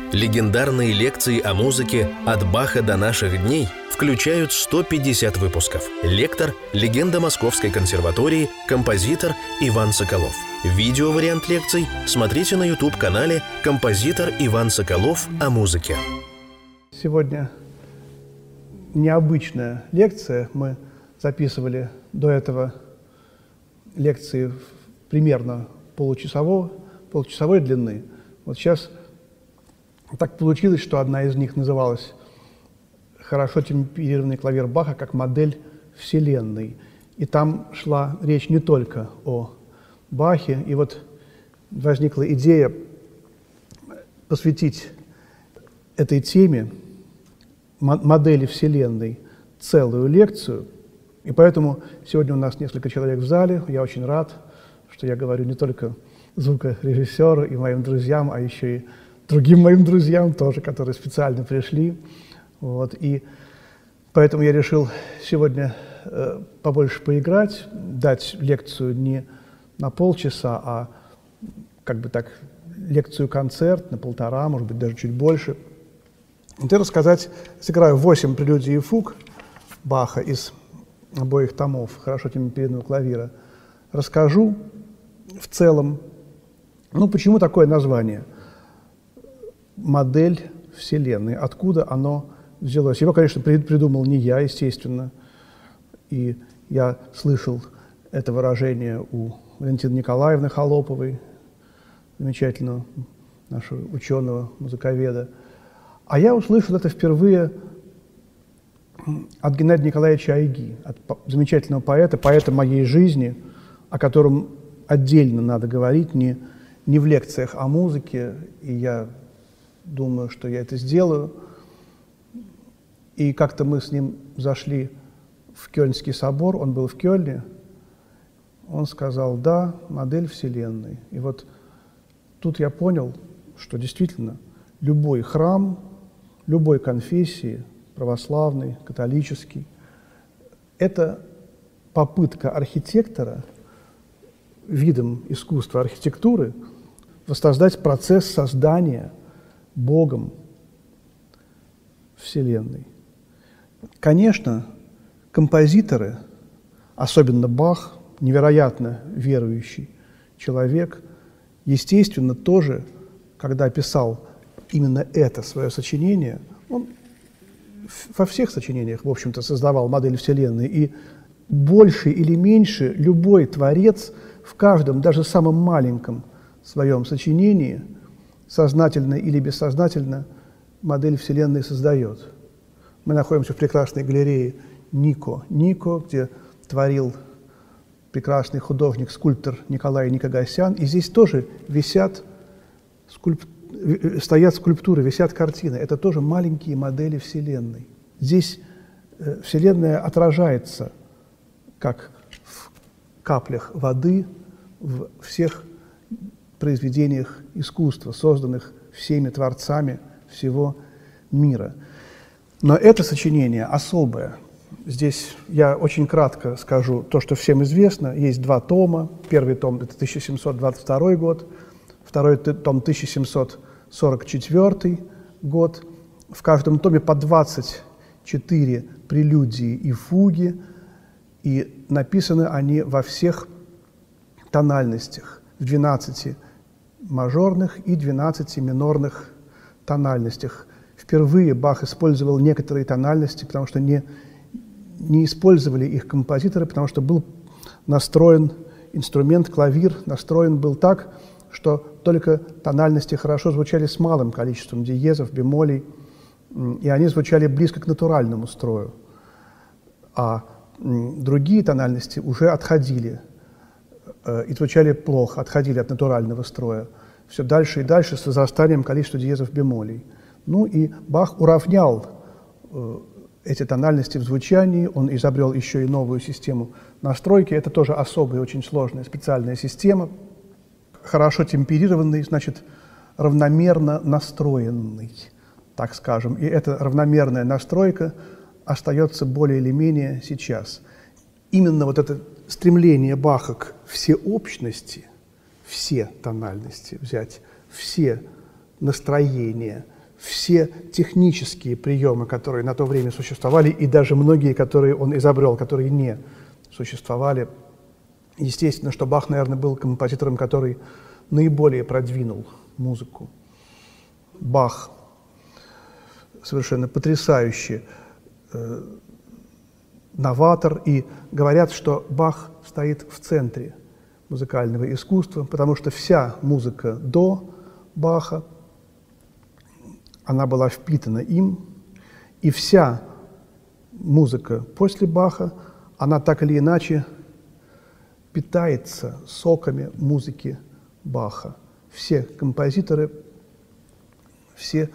Легендарные лекции о музыке «От Баха до наших дней» включают 150 выпусков. Лектор – легенда Московской консерватории, композитор Иван Соколов. Видеовариант лекций смотрите на YouTube-канале «Композитор Иван Соколов о музыке». Сегодня необычная лекция. Мы записывали до этого лекции примерно получасовой длины. Вот сейчас так получилось, что одна из них называлась «Хорошо темперированный клавир Баха как модель Вселенной». И там шла речь не только о Бахе. И вот возникла идея посвятить этой теме, модели Вселенной, целую лекцию. И поэтому сегодня у нас несколько человек в зале. Я очень рад, что я говорю не только звукорежиссеру и моим друзьям, а еще и другим моим друзьям тоже, которые специально пришли. Вот. И поэтому я решил сегодня побольше поиграть, дать лекцию не на полчаса, а как бы так лекцию-концерт на 1,5, может быть, даже чуть больше. И рассказать, сыграю 8 прелюдий и фуг Баха из обоих томов «Хорошо темперированного клавира». Расскажу в целом, почему такое название «Модель Вселенной», откуда оно взялось. Его, конечно, придумал не я, естественно, и я слышал это выражение у Валентины Николаевны Холоповой, замечательного нашего ученого, музыковеда. А я услышал это впервые от Геннадия Николаевича Айги, от замечательного поэта моей жизни, о котором отдельно надо говорить, не в лекциях о музыке, и я думаю, что я это сделаю. И как-то мы с ним зашли в Кёльнский собор, он был в Кёльне, он сказал: да, модель Вселенной. И вот тут я понял, что действительно любой храм, любой конфессии, православный, католический, это попытка архитектора видом искусства архитектуры воссоздать процесс создания Богом Вселенной. Конечно, композиторы, особенно Бах, невероятно верующий человек, естественно, тоже, когда писал именно это свое сочинение, он во всех сочинениях, в общем-то, создавал модель Вселенной, и больше или меньше любой творец в каждом, даже самом маленьком своем сочинении, сознательно или бессознательно, модель Вселенной создает. Мы находимся в прекрасной галерее Нико, где творил прекрасный художник, скульптор Николай Никогасян. И здесь тоже стоят скульптуры, висят картины. Это тоже маленькие модели Вселенной. Здесь Вселенная отражается, как в каплях воды, в всех произведениях искусства, созданных всеми творцами всего мира. Но это сочинение особое. Здесь я очень кратко скажу то, что всем известно. Есть 2 тома. Первый том – это 1722 год, второй том – 1744 год. В каждом томе по 24 прелюдии и фуги, и написаны они во всех тональностях, в 12 мажорных и 12 минорных тональностях. Впервые Бах использовал некоторые тональности, потому что не использовали их композиторы, потому что был настроен инструмент, клавир, настроен был так, что только тональности хорошо звучали с малым количеством диезов, бемолей, и они звучали близко к натуральному строю. А другие тональности уже отходили и звучали плохо, отходили от натурального строя. Все дальше и дальше с возрастанием количества диезов, бемолей. И Бах уравнял эти тональности в звучании, он изобрел еще и новую систему настройки. Это тоже особая, очень сложная, специальная система. Хорошо темперированный, значит, равномерно настроенный, так скажем. И эта равномерная настройка остается более или менее сейчас. Именно вот это стремление Баха к всеобщности, все тональности взять, все настроения, все технические приемы, которые на то время существовали, и даже многие, которые он изобрел, которые не существовали. Естественно, что Бах, наверное, был композитором, который наиболее продвинул музыку. Бах совершенно потрясающий новатор, и говорят, что Бах стоит в центре музыкального искусства, потому что вся музыка до Баха, она была впитана им, и вся музыка после Баха, она так или иначе питается соками музыки Баха. Все композиторы, все,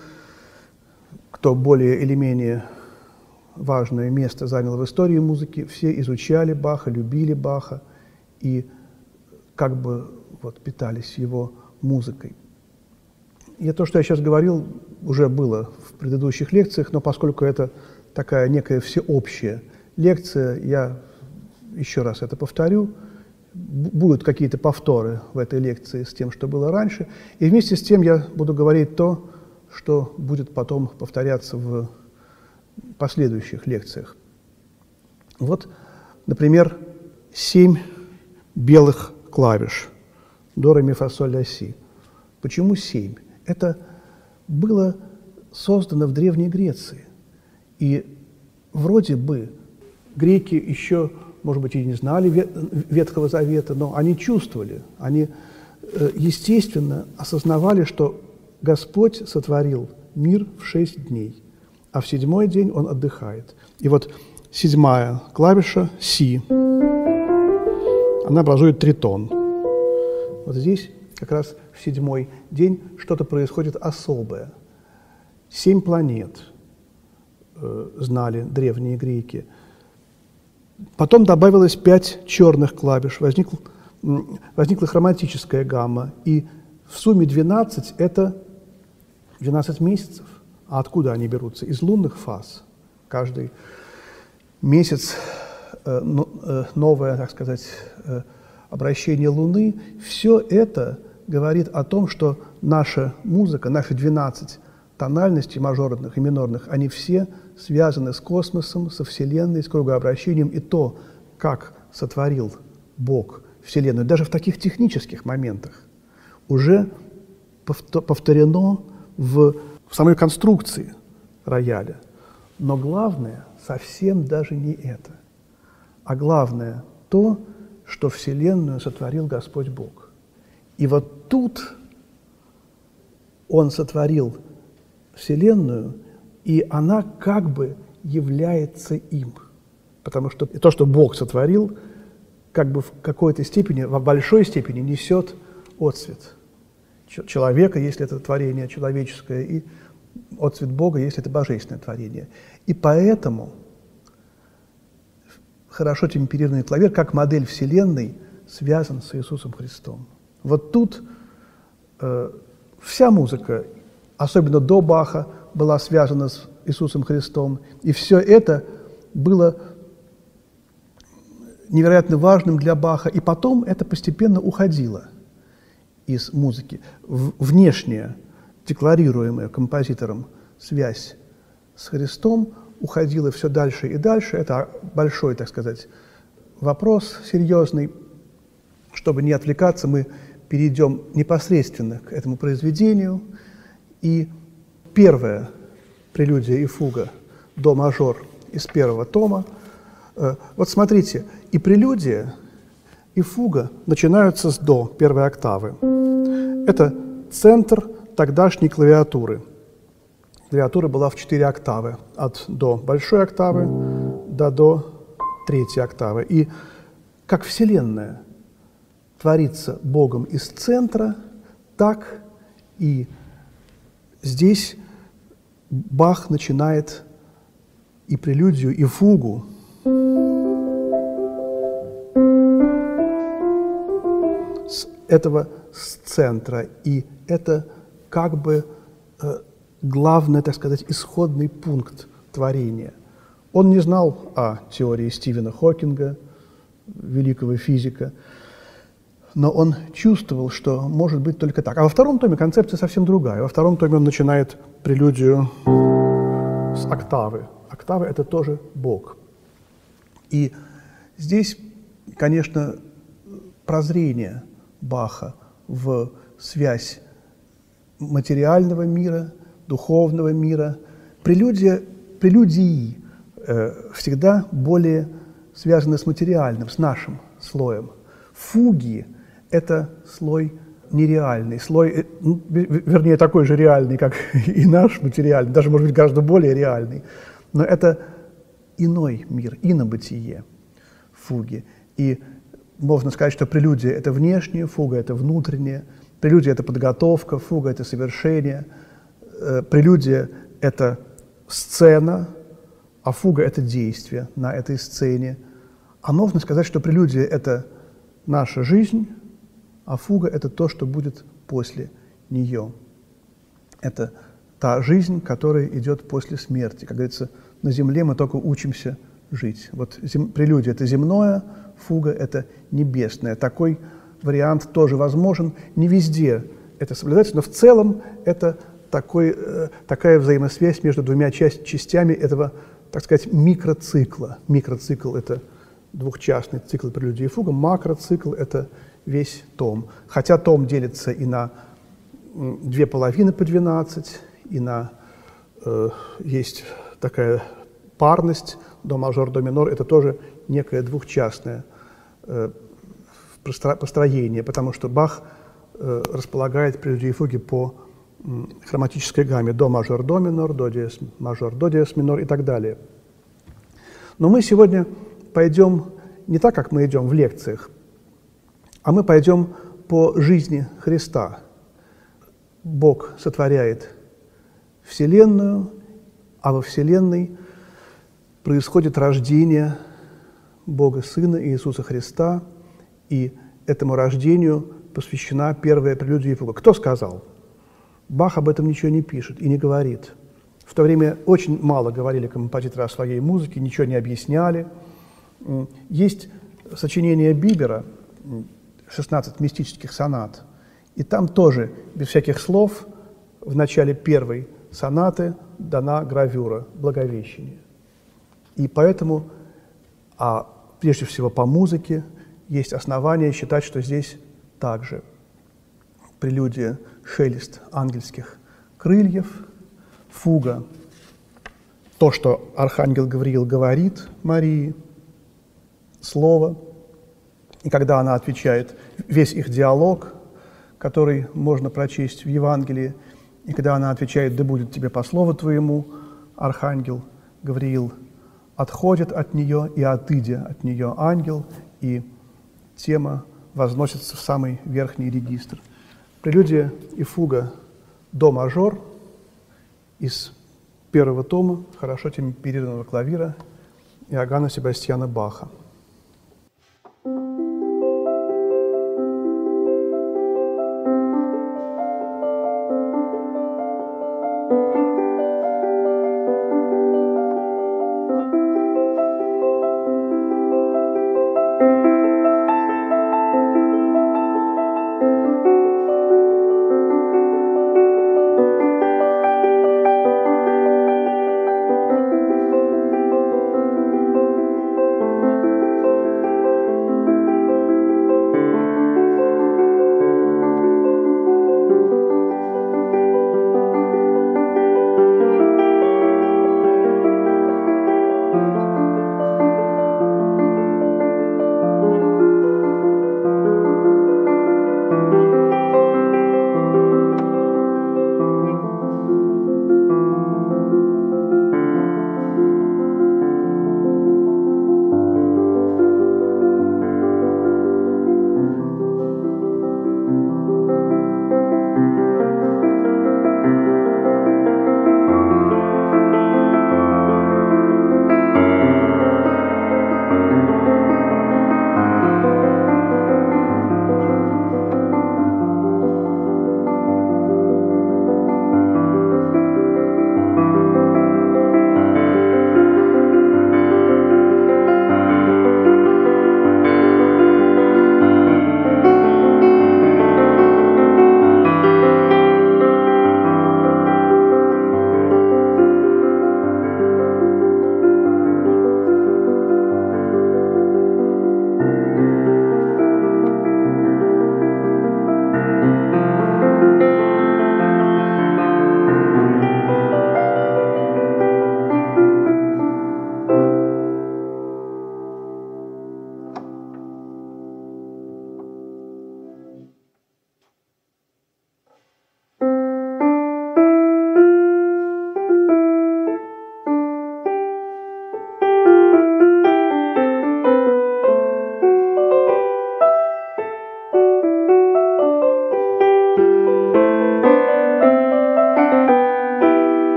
кто более или менее важное место занял в истории музыки, все изучали Баха, любили Баха и как бы вот питались его музыкой. И то, что я сейчас говорил, уже было в предыдущих лекциях, но поскольку это такая некая всеобщая лекция, я еще раз это повторю. Будут какие-то повторы в этой лекции с тем, что было раньше, и вместе с тем я буду говорить то, что будет потом повторяться в последующих лекциях. Вот, например, 7 белых клавиш до, ре, ми, фа, соль, ля, си. Почему 7? Это было создано в Древней Греции. И вроде бы греки еще, может быть, и не знали Ветхого Завета, но они чувствовали, они, естественно, осознавали, что Господь сотворил мир в 6 дней, а в 7-й день Он отдыхает. И вот 7-я клавиша «си», она образует тритон. Вот здесь как раз в 7-й день что-то происходит особое. 7 планет знали древние греки. Потом добавилось 5 черных клавиш, возникла хроматическая гамма, и в сумме 12 – это 12 месяцев. А откуда они берутся? Из лунных фаз. Каждый месяц новое, так сказать, обращение Луны. Все это говорит о том, что наша музыка, наши 12 тональностей мажорных и минорных, они все связаны с космосом, со Вселенной, с кругообращением. И то, как сотворил Бог Вселенную, даже в таких технических моментах, уже повторено в самой конструкции рояля. Но главное совсем даже не это. А главное то, что Вселенную сотворил Господь Бог. И вот тут Он сотворил Вселенную, и она как бы является им. Потому что то, что Бог сотворил, как бы в какой-то степени, в большой степени несет отцвет человека, если это творение человеческое, и отцвет Бога, если это божественное творение. И поэтому хорошо темперированный клавир, как модель Вселенной, связан с Иисусом Христом. Вот тут вся музыка, особенно до Баха, была связана с Иисусом Христом. И все это было невероятно важным для Баха. И потом это постепенно уходило из музыки. Внешняя, декларируемая композитором связь с Христом уходила все дальше и дальше. Это большой, так сказать, вопрос серьезный. Чтобы не отвлекаться, мы перейдем непосредственно к этому произведению. И первая прелюдия и фуга до мажор из 1-го тома. Вот смотрите, и прелюдия, и фуга начинаются с до 1-й октавы. Это центр тогдашней клавиатуры. Клавиатура была в 4 октавы, от до большой октавы до 3-й октавы. И как Вселенная творится Богом из центра, так и здесь Бах начинает и прелюдию, и фугу с этого центра. И это как бы главный, так сказать, исходный пункт творения. Он не знал о теории Стивена Хокинга, великого физика. но он чувствовал, что может быть только так. А во втором томе концепция совсем другая. Во втором томе он начинает прелюдию с октавы. Октава – это тоже Бог. И здесь, конечно, прозрение Баха в связь материального мира, духовного мира. Прелюдии всегда более связаны с материальным, с нашим слоем. Фуги – это слой нереальный, слой, вернее, такой же реальный, как и наш материальный, даже, может быть, гораздо более реальный. Но это иной мир, инобытие фуги. И можно сказать, что прелюдия – это внешнее, фуга – это внутреннее, прелюдия – это подготовка, фуга – это совершение, прелюдия – это сцена, а фуга – это действие на этой сцене. А можно сказать, что прелюдия – это наша жизнь, а фуга – это то, что будет после нее. Это та жизнь, которая идет после смерти. Как говорится, на земле мы только учимся жить. Вот прелюдия – это земное, фуга – это небесное. Такой вариант тоже возможен. Не везде это соблюдается, но в целом это такая взаимосвязь между двумя частями этого, так сказать, микроцикла. Микроцикл – это двухчастный цикл прелюдии и фуга, макроцикл – это весь том. Хотя том делится и на две половины по 12, и на есть такая парность, до мажор, до минор, это тоже некое двухчастное построение, потому что Бах располагает прелюдии и фуги по хроматической гамме до мажор, до минор, до диез мажор, до диез минор и так далее. Но мы сегодня пойдем не так, как мы идем в лекциях, а мы пойдем по жизни Христа. Бог сотворяет Вселенную, а во Вселенной происходит рождение Бога Сына Иисуса Христа, и этому рождению посвящена первая прелюдия и фуга. Кто сказал? Бах об этом ничего не пишет и не говорит. В то время очень мало говорили композиторы о своей музыке, ничего не объясняли. Есть сочинение Бибера, 16 мистических сонат, и там тоже, без всяких слов, в начале первой сонаты дана гравюра «Благовещение». И поэтому, прежде всего по музыке, есть основания считать, что здесь также прелюдия «Шелест ангельских крыльев», фуга, то, что архангел Гавриил говорит Марии, слово, и когда она отвечает, весь их диалог, который можно прочесть в Евангелии, и когда она отвечает «Да будет тебе по слову твоему», архангел Гавриил отходит от нее, и отыдя от нее ангел, и тема возносится в самый верхний регистр. Прелюдия и фуга до мажор из первого тома хорошо темперированного клавира Иоганна Себастьяна Баха.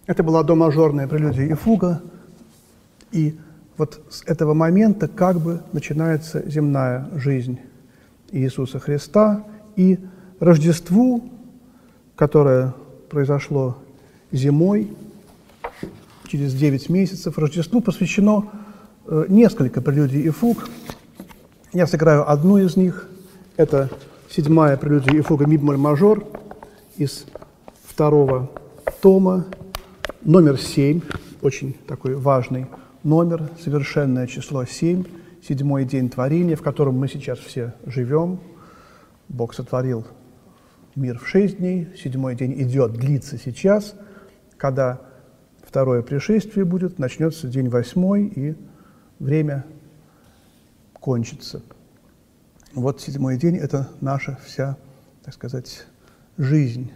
Это была до-мажорная прелюдия и фуга. И вот с этого момента как бы начинается земная жизнь Иисуса Христа. И Рождеству, которое произошло зимой, через 9 месяцев, Рождеству посвящено несколько прелюдий и фуг. Я сыграю одну из них. Это 7-я прелюдия и фуга ми-бемоль-мажор из 2-го тома, номер 7, очень такой важный номер, совершенное число 7, 7-й день творения, в котором мы сейчас все живем. Бог сотворил мир в 6 дней, 7-й день идет, длится сейчас. Когда второе пришествие будет, начнется день 8-й, и время кончится. Вот 7-й день – это наша вся, так сказать, жизнь.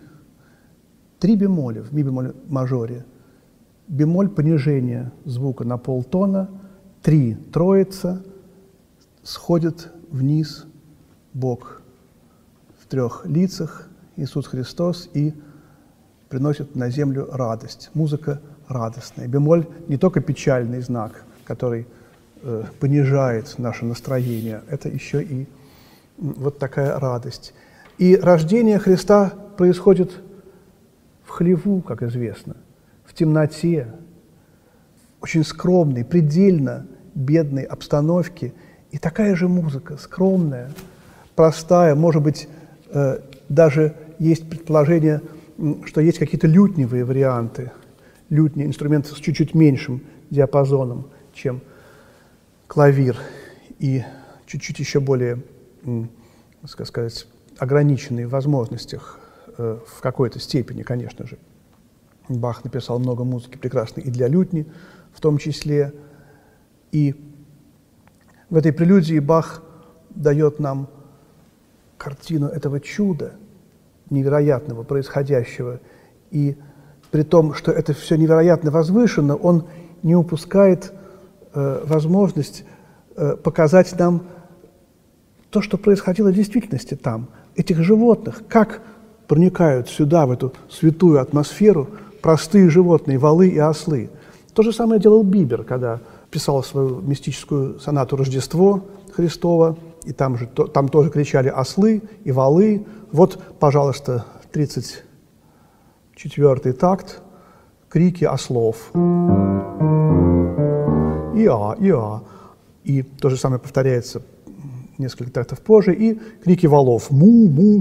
3 бемоля в ми-бемоль-мажоре. Бемоль – понижение звука на полтона, 3 – троица, сходит вниз Бог в 3 лицах, Иисус Христос, и приносит на землю радость. Музыка радостная. Бемоль – не только печальный знак, который понижает наше настроение, это еще и вот такая радость. И рождение Христа происходит в хлеву, как известно, в темноте, очень скромной, предельно бедной обстановке. И такая же музыка, скромная, простая, может быть, даже есть предположение, что есть какие-то лютневые варианты, лютни, инструменты с чуть-чуть меньшим диапазоном, чем клавир, и чуть-чуть еще более, так сказать, ограниченные в возможностях в какой-то степени, конечно же. Бах написал много музыки прекрасной и для лютни в том числе. И в этой прелюдии Бах дает нам картину этого чуда невероятного, происходящего. И при том, что это все невероятно возвышенно, он не упускает возможность показать нам то, что происходило в действительности там, этих животных, как проникают сюда, в эту святую атмосферу, простые животные, валы и ослы. То же самое делал Бибер, когда писал свою мистическую сонату «Рождество Христово», и там тоже кричали ослы и валы. Вот, пожалуйста, 34-й такт, крики ослов. Иа, иа. И то же самое повторяется несколько тактов позже, и крики валов. Му, му.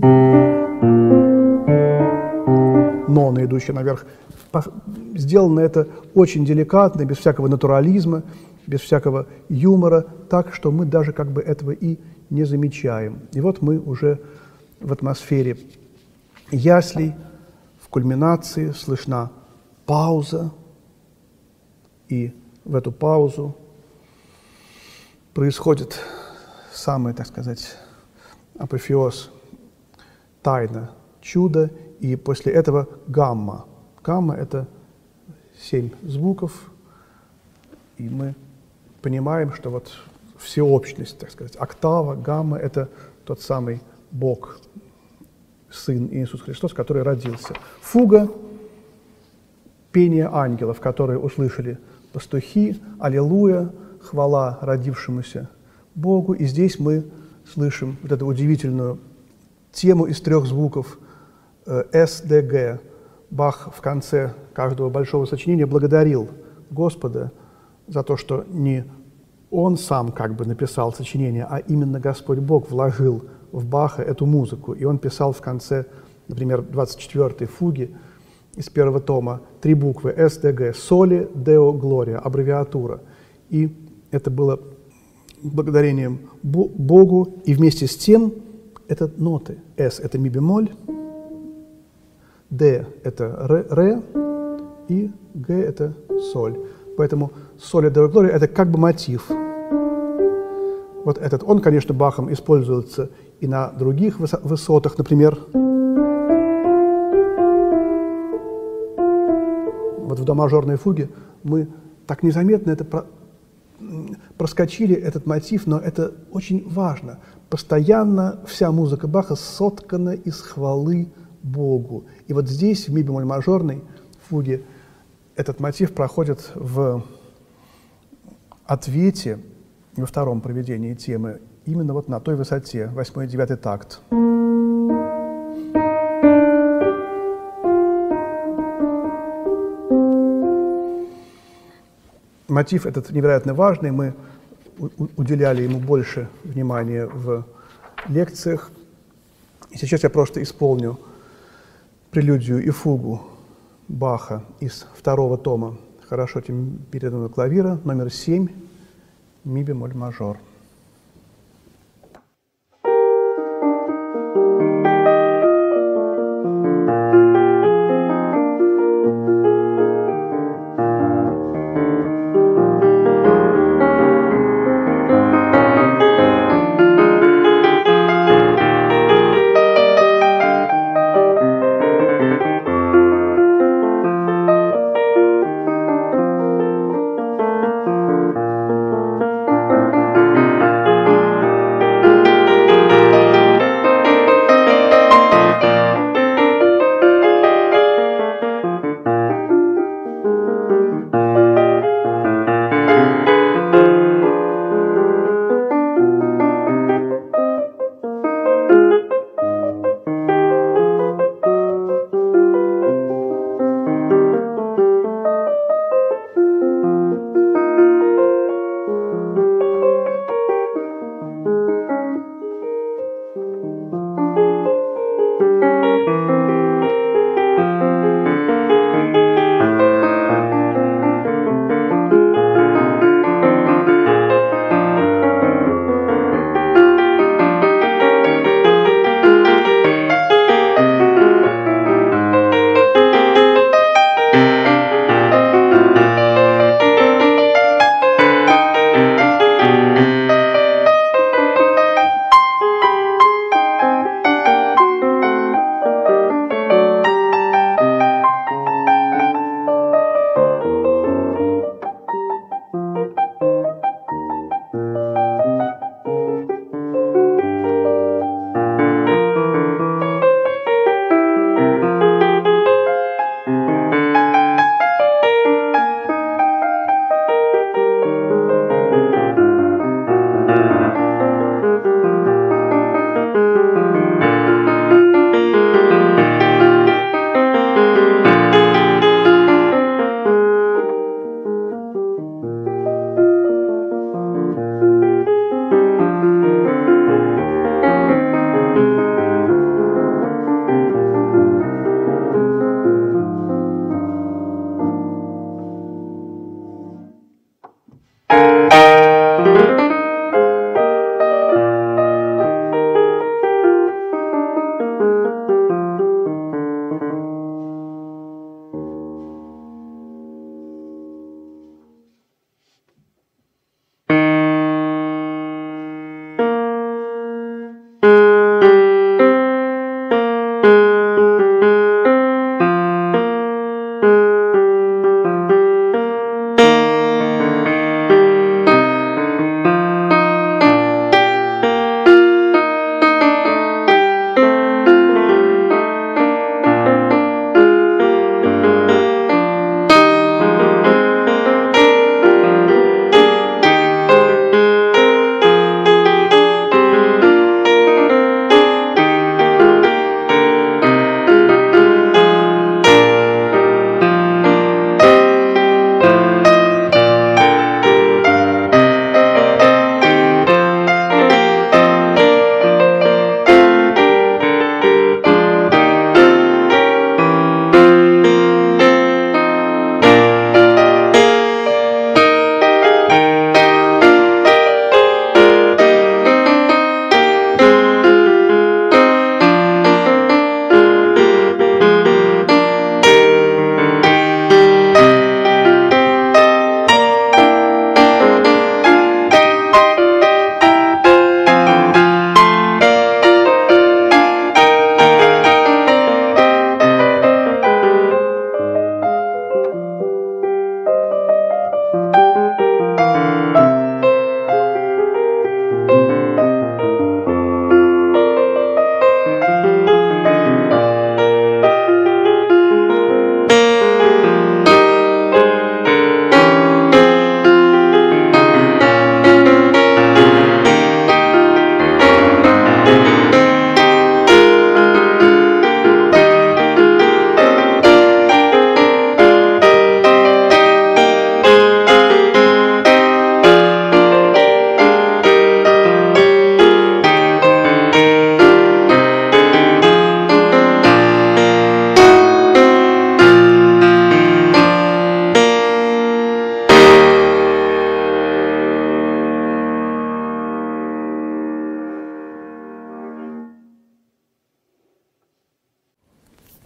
Ноны, идущие наверх. Сделано это очень деликатно, без всякого натурализма, без всякого юмора, так, что мы даже как бы этого и не замечаем. И вот мы уже в атмосфере яслей, в кульминации слышна пауза, и в эту паузу происходит самый, так сказать, апофеоз, тайна, чудо, и после этого гамма. Гамма – это 7 звуков, и мы понимаем, что вот всеобщность, так сказать, октава, гамма – это тот самый Бог, Сын Иисус Христос, который родился. Фуга – пение ангелов, которые услышали пастухи, аллилуйя, хвала родившемуся Богу. И здесь мы слышим вот эту удивительную тему из 3 звуков СДГ. Бах в конце каждого большого сочинения благодарил Господа за то, что не он сам как бы написал сочинение, а именно Господь Бог вложил в Баха эту музыку. И он писал в конце, например, 24-й фуги из 1-го тома 3 буквы СДГ, Соли Део Глория, аббревиатура. И это было благодарением Богу, и вместе с тем это ноты. С – это ми-бемоль, Д – это ре, и Г – это соль. Поэтому Соли Део Глория – это как бы мотив. Вот этот, он, конечно, Бахом используется и на других высотах, например, вот в до-мажорной фуге мы так незаметно это проскочили, этот мотив, но это очень важно. Постоянно вся музыка Баха соткана из хвалы Богу. И вот здесь, в ми-бемоль-мажорной фуге, этот мотив проходит в ответе, во втором проведении темы, именно вот на той высоте, 8 и 9 такт. Мотив этот невероятно важный, мы уделяли ему больше внимания в лекциях. И сейчас я просто исполню прелюдию и фугу Баха из второго тома хорошо темперированного клавира, номер 7, ми бемоль мажор.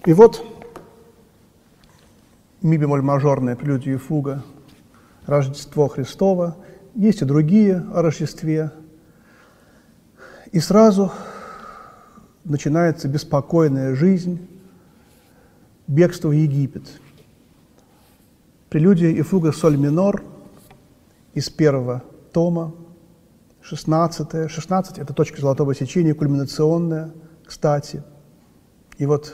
И вот ми бемоль мажорная прелюдия и фуга, Рождество Христово, есть и другие о Рождестве. И сразу начинается беспокойная жизнь, бегство в Египет. Прелюдия и фуга соль минор из первого тома, 16-е. 16 – это точка золотого сечения, кульминационная, кстати. И вот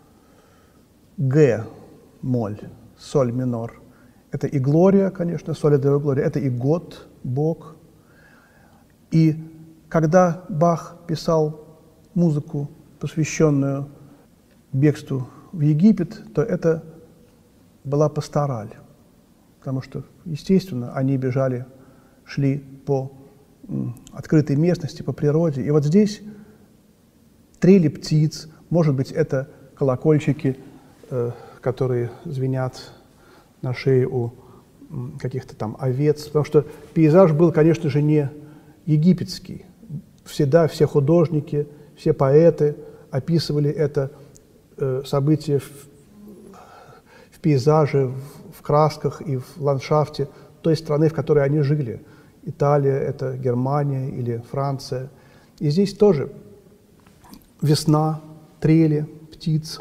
Г моль, соль минор. Это и Глория, конечно, соль Део Глория, это и год, Бог. И когда Бах писал музыку, посвященную бегству в Египет, то это была пастораль, потому что, естественно, они бежали, шли по открытой местности, по природе. И вот здесь трели птиц, может быть, это колокольчики, которые звенят на шее у каких-то там овец, потому что пейзаж был, конечно же, не египетский. Всегда все художники, все поэты описывали это событие в пейзаже, в красках и в ландшафте той страны, в которой они жили. Италия, это Германия или Франция. И здесь тоже весна, трели, птиц.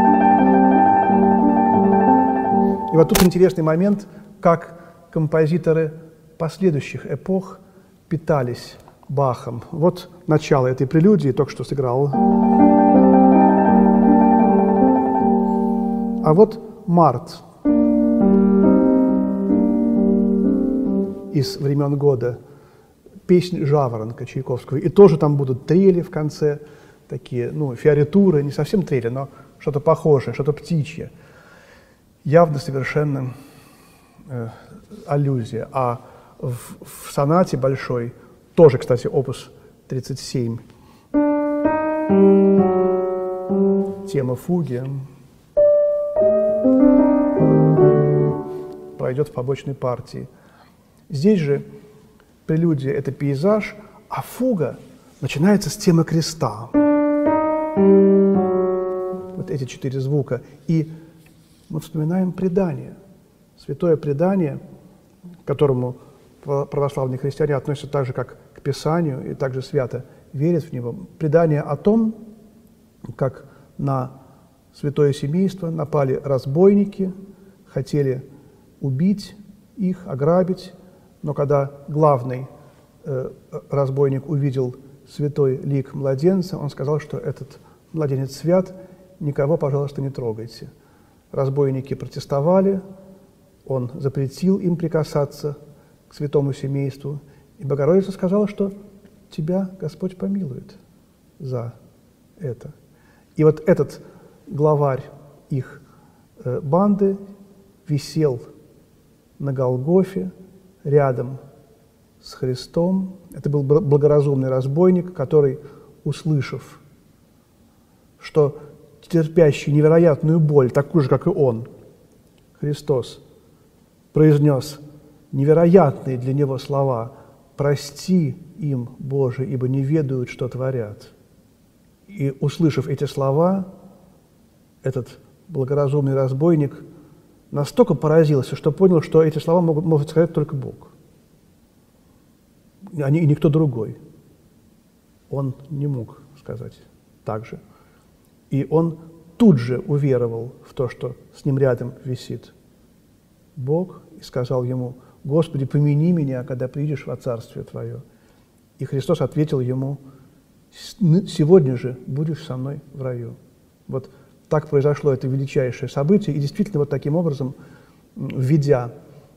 И вот тут интересный момент, как композиторы последующих эпох питались Бахом. Вот начало этой прелюдии, только что сыграл. А вот март из времен года, песнь «Жаворонка» Чайковского. И тоже там будут трели в конце, такие, ну, фиоритуры, не совсем трели, но что-то похожее, что-то птичье. Явно совершенно аллюзия. А в сонате большой, тоже, кстати, опус 37, тема фуги пройдет в побочной партии. Здесь же прелюдия – это пейзаж, а фуга начинается с темы креста. Вот эти 4 звука. И мы вспоминаем предание, святое предание, к которому православные христиане относятся так же, как к Писанию, и также свято верят в него. Предание о том, как на святое семейство напали разбойники, хотели убить их, ограбить, но когда главный разбойник увидел святой лик младенца, он сказал, что этот младенец свят, никого, пожалуйста, не трогайте. Разбойники протестовали, он запретил им прикасаться к святому семейству, и Богородица сказала, что тебя Господь помилует за это. И вот этот главарь их банды висел на Голгофе рядом с Христом. Это был благоразумный разбойник, который, услышав, что терпящий невероятную боль, такую же, как и он, Христос, произнес невероятные для него слова: «Прости им, Боже, ибо не ведают, что творят». И, услышав эти слова, этот благоразумный разбойник настолько поразился, что понял, что эти слова может сказать только Бог, и никто другой. Он не мог сказать так же. И он тут же уверовал в то, что с ним рядом висит Бог, и сказал ему: «Господи, помяни меня, когда придешь во Царствие Твое». И Христос ответил ему: «Сегодня же будешь со мной в раю». Вот так произошло это величайшее событие, и действительно вот таким образом, введя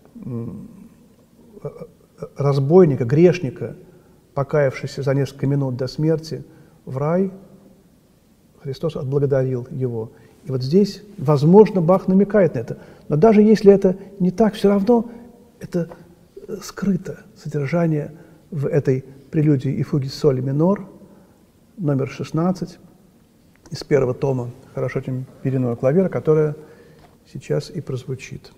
разбойника, грешника, покаявшегося за несколько минут до смерти, в рай, Христос отблагодарил его. И вот здесь, возможно, Бах намекает на это. Но даже если это не так, все равно это скрыто содержание в этой прелюдии и фуге соль минор, номер 16, из первого тома хорошо темпериного клавира, которая сейчас и прозвучит.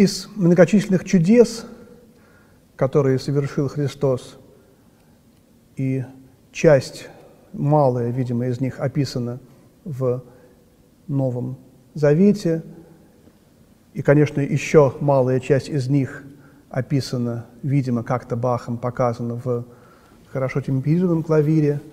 Из многочисленных чудес, которые совершил Христос, и часть, малая, видимо, из них описана в Новом Завете, и, конечно, еще малая часть из них описана, видимо, как-то Бахом показана в хорошо темперированном клавире.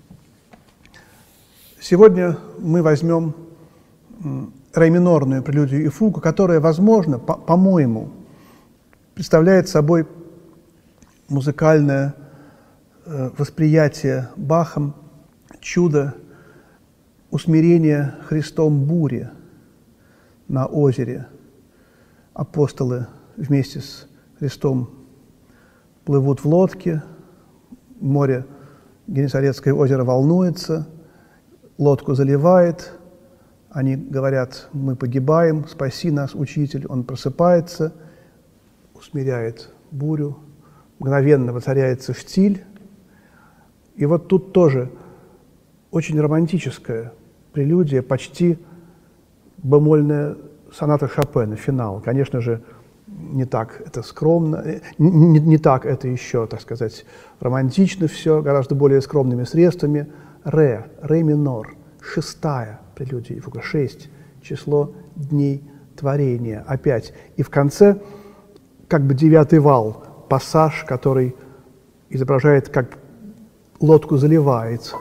Сегодня мы возьмем ре минорную прелюдию и фугу, которая, возможно, по-моему, представляет собой музыкальное восприятие Бахом чуда усмирения Христом бури на озере. Апостолы вместе с Христом плывут в лодке, море, Генесарецкое озеро волнуется, лодку заливает, они говорят: мы погибаем, спаси нас, Учитель. Он просыпается, усмиряет бурю, мгновенно воцаряется штиль. И вот тут тоже очень романтическая прелюдия, почти бемольная соната Шопена, финал. Конечно же, не так это скромно, не так это еще, так сказать, романтично все, гораздо более скромными средствами. Ре минор, шестая прелюдия и фуга, 6, число дней творения, опять. И в конце как бы 9-й вал, пассаж, который изображает, как лодку заливается.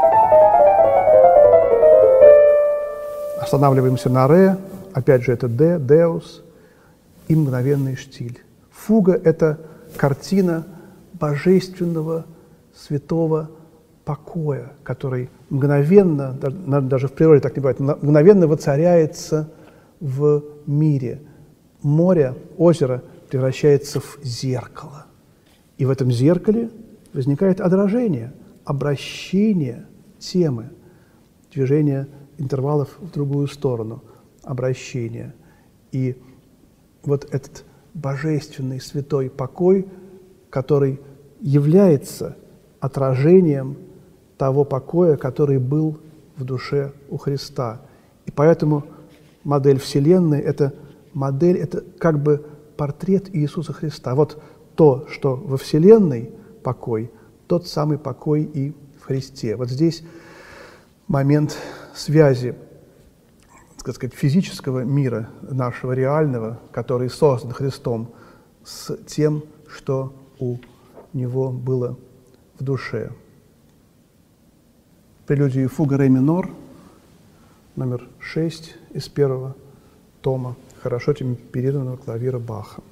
Останавливаемся на ре, опять же это де, деус, и мгновенный штиль. Фуга – это картина божественного, святого покоя, который мгновенно, даже в природе так не бывает, мгновенно воцаряется в мире. Море, озеро превращается в зеркало. И в этом зеркале возникает отражение, обращение темы, движение интервалов в другую сторону, обращение. И вот этот божественный святой покой, который является отражением того покоя, который был в душе у Христа. И поэтому модель Вселенной – это модель, это как бы портрет Иисуса Христа. Вот то, что во Вселенной покой, тот самый покой и в Христе. Вот здесь момент связи, так сказать, физического мира нашего реального, который создан Христом, с тем, что у Него было в душе. Прелюдия и фуга ре минор, номер 6 из первого тома хорошо темперированного клавира Баха.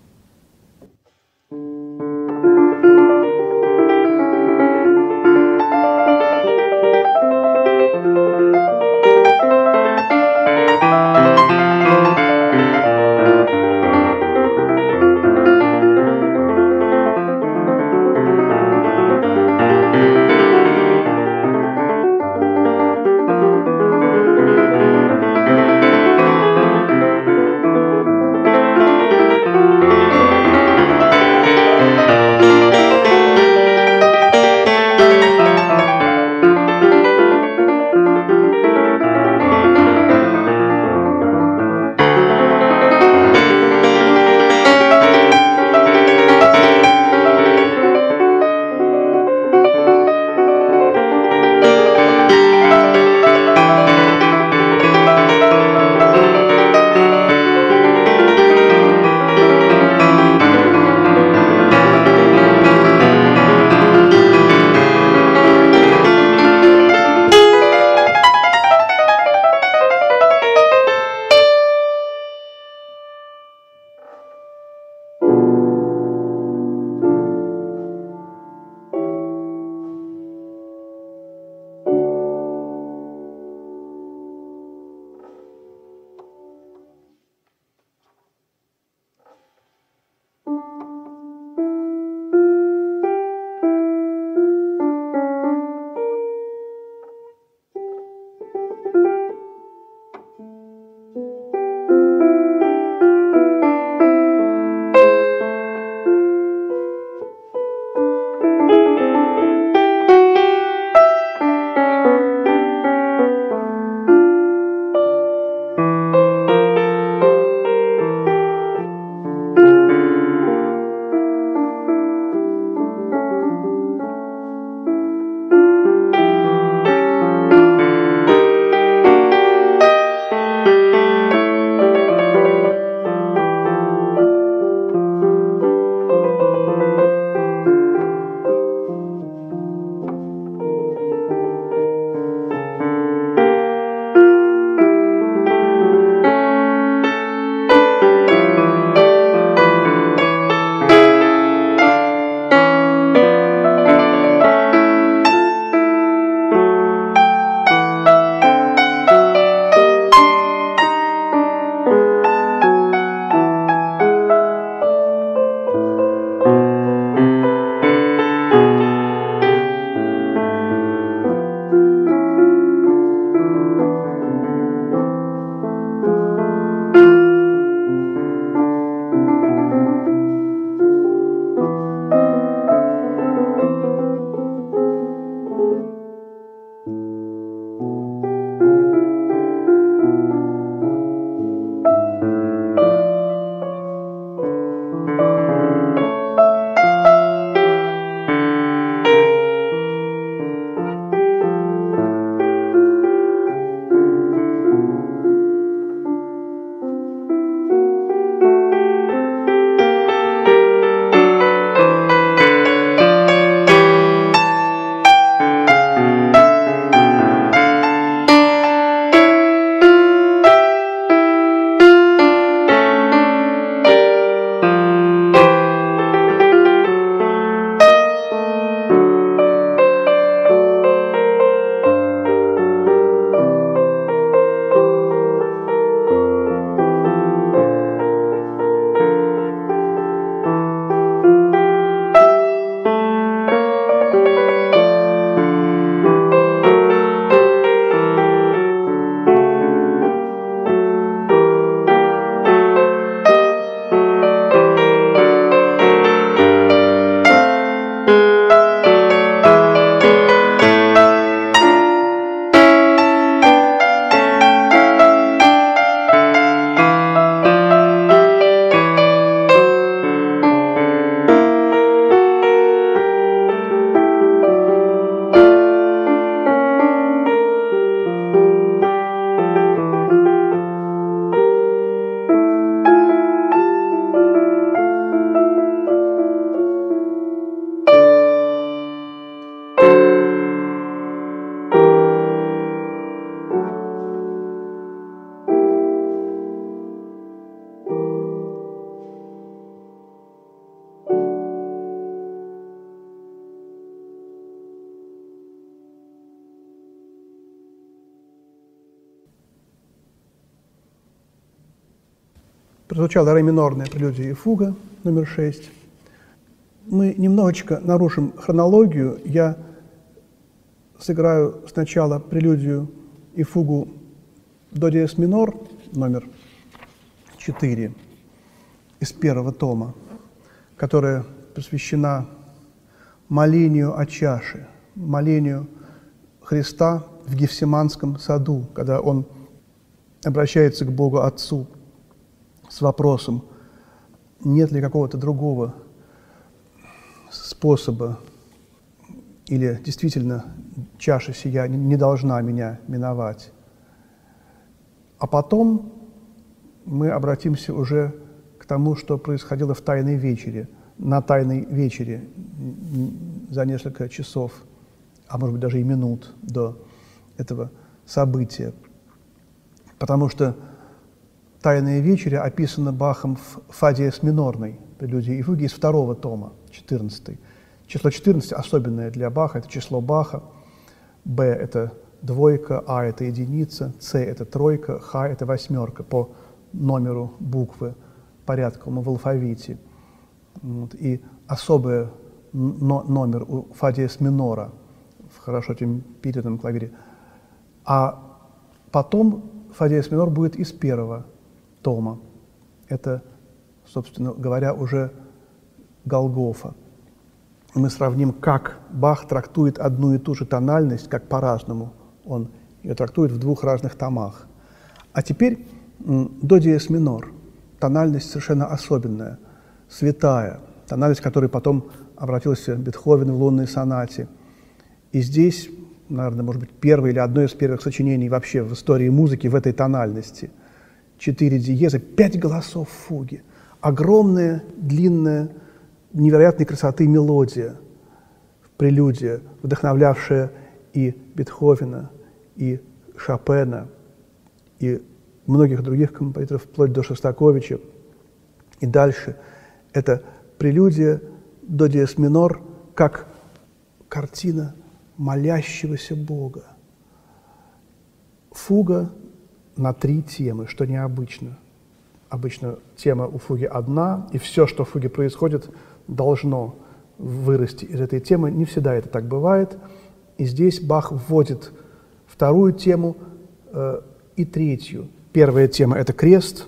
Прозвучала ре минорная прелюдия и фуга номер 6. Мы немножечко нарушим хронологию. Я сыграю сначала прелюдию и фугу до диез минор номер 4 из первого тома, которая посвящена молению о чаше, молению Христа в Гефсиманском саду, когда Он обращается к Богу Отцу с вопросом, нет ли какого-то другого способа, или действительно чаша сия не должна меня миновать. А потом мы обратимся уже к тому, что происходило в Тайной вечере, на Тайной вечере за несколько часов, а может быть даже и минут до этого события. Потому что Тайная вечеря описана Бахом в фа диез минорной прелюдии и фуге из второго тома, 14. Число 14 особенное для Баха, это число Баха. Б – это двойка, А – это единица, С – это тройка, Х – это восьмерка по номеру буквы порядковому в алфавите. И особый номер у фа диез минора в хорошо темперированном клавире. А потом фа диез минор будет из первого тома. Это, собственно говоря, уже Голгофа. Мы сравним, как Бах трактует одну и ту же тональность, как по-разному он ее трактует в двух разных томах. А теперь до диез минор. Тональность совершенно особенная, святая. Тональность, которой потом обратился Бетховен в лунной сонате. И здесь, наверное, может быть, первое или одно из первых сочинений вообще в истории музыки в этой тональности. 4 диеза, 5 голосов в фуге. Огромная, длинная, невероятной красоты мелодия, прелюдия, вдохновлявшая и Бетховена, и Шопена, и многих других композиторов, вплоть до Шостаковича. И дальше это прелюдия до диез минор, как картина молящегося Бога. Фуга на 3 темы, что необычно. Обычно тема у фуги одна, и все, что в фуге происходит, должно вырасти из этой темы. Не всегда это так бывает. И здесь Бах вводит вторую тему и третью. Первая тема – это крест.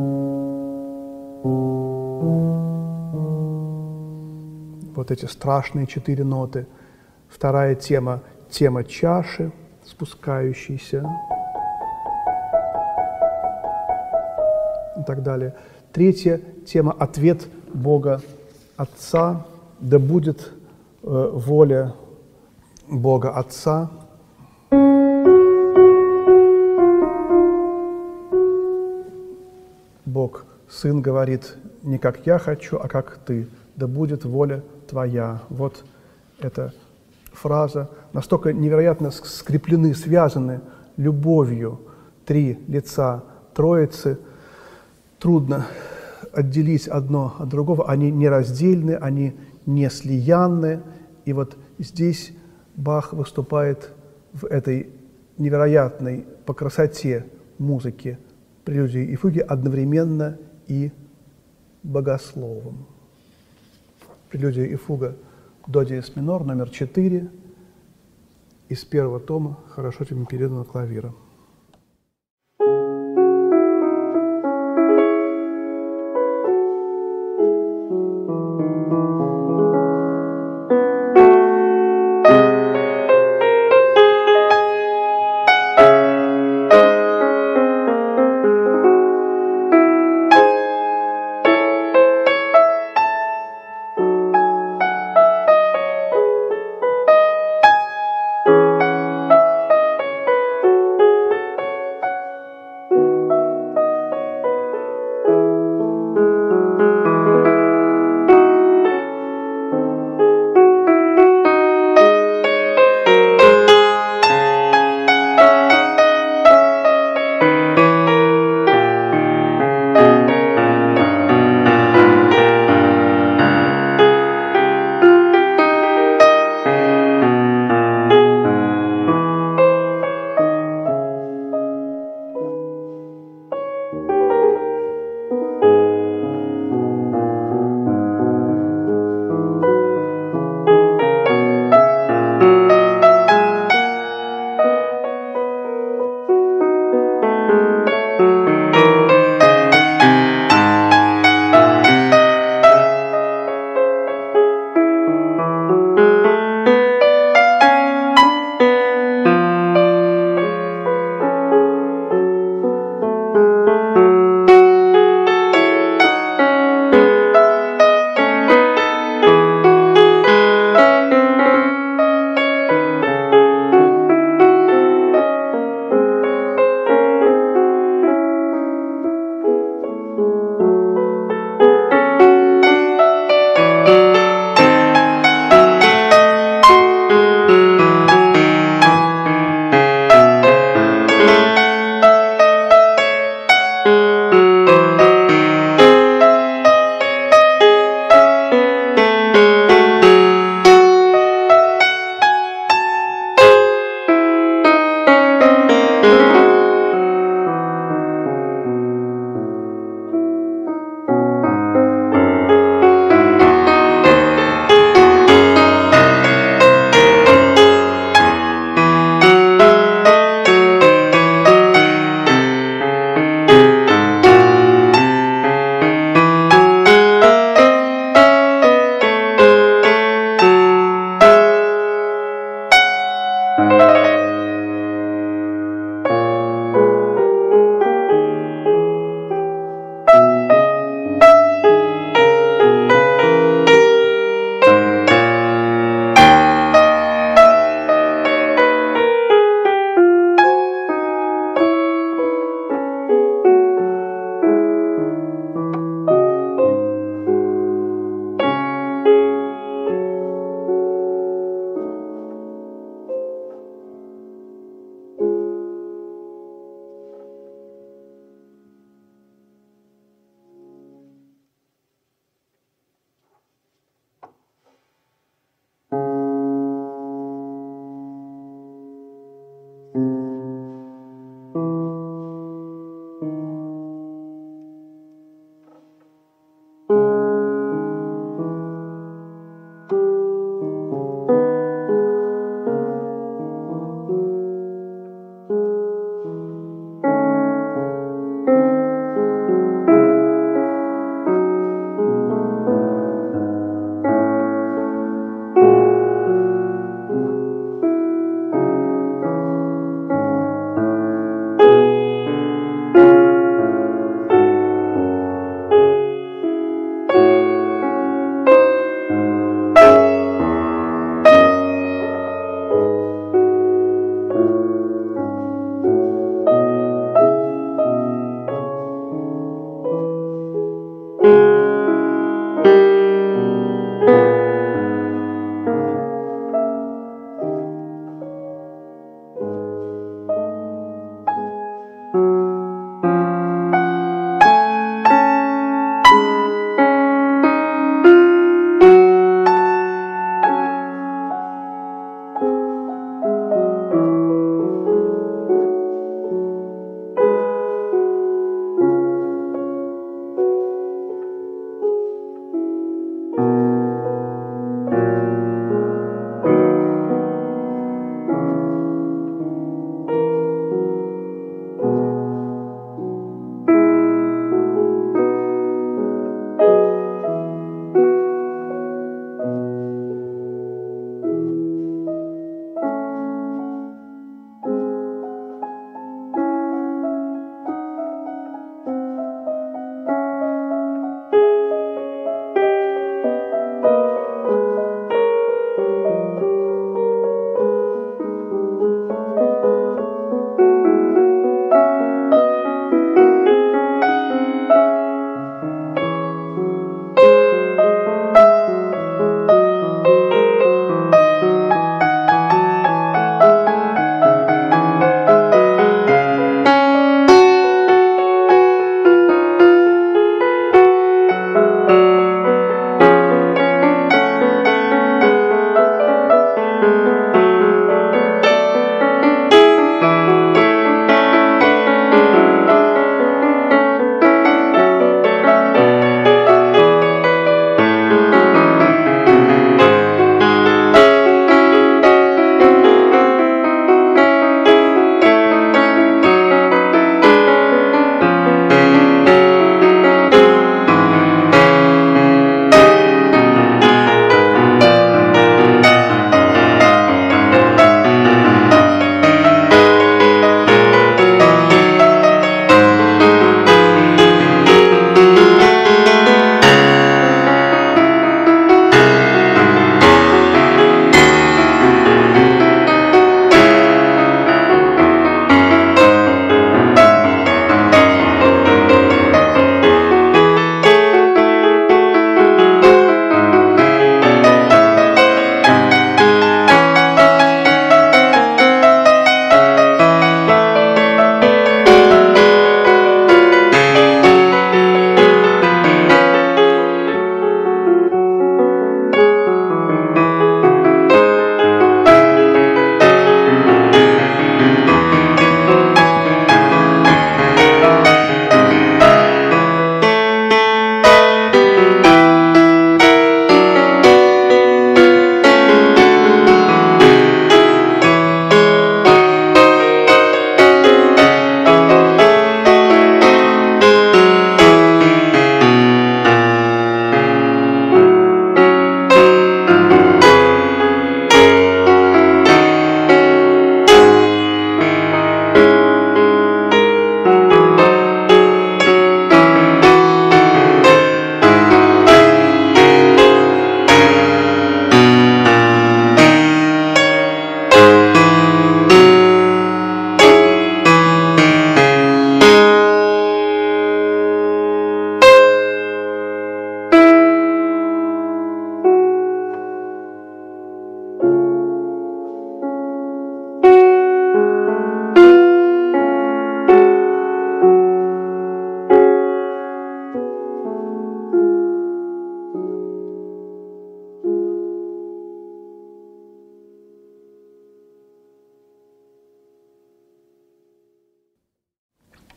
Вот эти страшные 4 ноты. Вторая тема – тема чаши, спускающейся. И так далее. Третья тема – ответ Бога Отца. Да будет воля Бога Отца. Бог Сын говорит не как я хочу, а как ты. Да будет воля твоя. Вот эта фраза. Настолько невероятно скреплены, связаны любовью 3 лица Троицы. Трудно отделить одно от другого. Они нераздельны, они не слиянны. И вот здесь Бах выступает в этой невероятной по красоте музыки прелюдии и фуги одновременно и богословом. Прелюдия и фуга до диез минор номер 4 из первого тома хорошо темперированного клавира.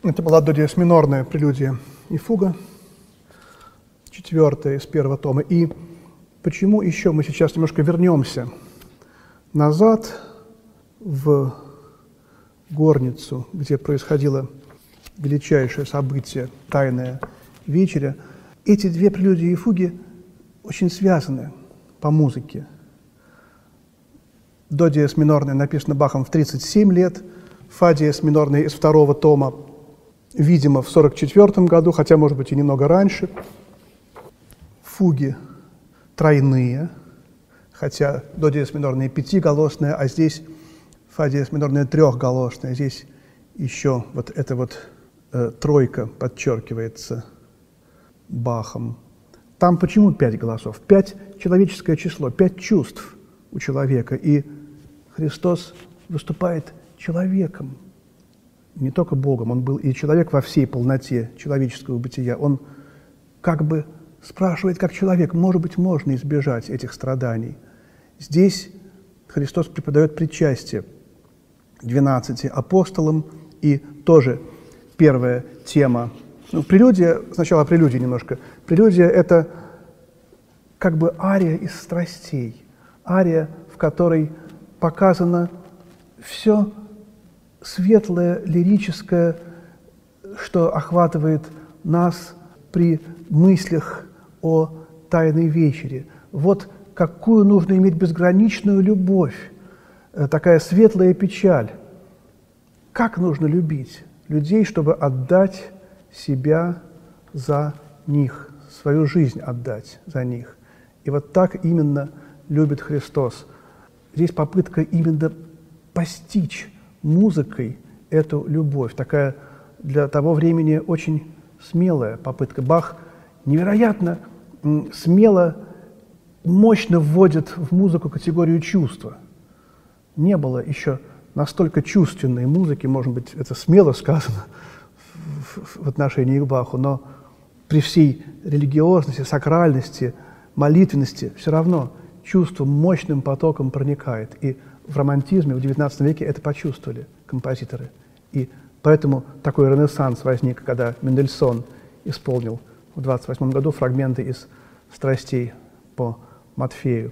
Это была до диез минорная прелюдия и фуга, 4-я из 1-го тома. И почему еще мы сейчас немножко вернемся назад в горницу, где происходило величайшее событие, тайная вечеря. Эти две прелюдии и фуги очень связаны по музыке. До диез минорная написана Бахом в 37 лет, фа диез минорная из 2-го тома, видимо, в 44 году, хотя, может быть, и немного раньше. Фуги тройные, хотя до диез минорная пятиголосная, а здесь фа диез минорная трехголосная. Здесь еще вот эта вот тройка подчеркивается Бахом. Там почему 5 голосов? 5 – человеческое число, 5 чувств у человека. И Христос выступает человеком, не только Богом. Он был и человек во всей полноте человеческого бытия. Он как бы спрашивает, как человек, может быть, можно избежать этих страданий. Здесь Христос преподает причастие 12 апостолам, и тоже первая тема. Прелюдия, сначала о прелюдии немножко. Прелюдия – это как бы ария из страстей, ария, в которой показано все светлое, лирическое, что охватывает нас при мыслях о Тайной вечере. Вот какую нужно иметь безграничную любовь, такая светлая печаль. Как нужно любить людей, чтобы отдать себя за них, свою жизнь отдать за них. И вот так именно любит Христос. Здесь попытка именно постичь музыкой эту любовь. Такая для того времени очень смелая попытка. Бах невероятно смело, мощно вводит в музыку категорию чувства. Не было еще настолько чувственной музыки, может быть, это смело сказано в отношении к Баху, но при всей религиозности, сакральности, молитвенности все равно чувство мощным потоком проникает. И в романтизме в XIX веке это почувствовали композиторы. И поэтому такой ренессанс возник, когда Мендельсон исполнил в 1928 году фрагменты из «Страстей» по Матфею.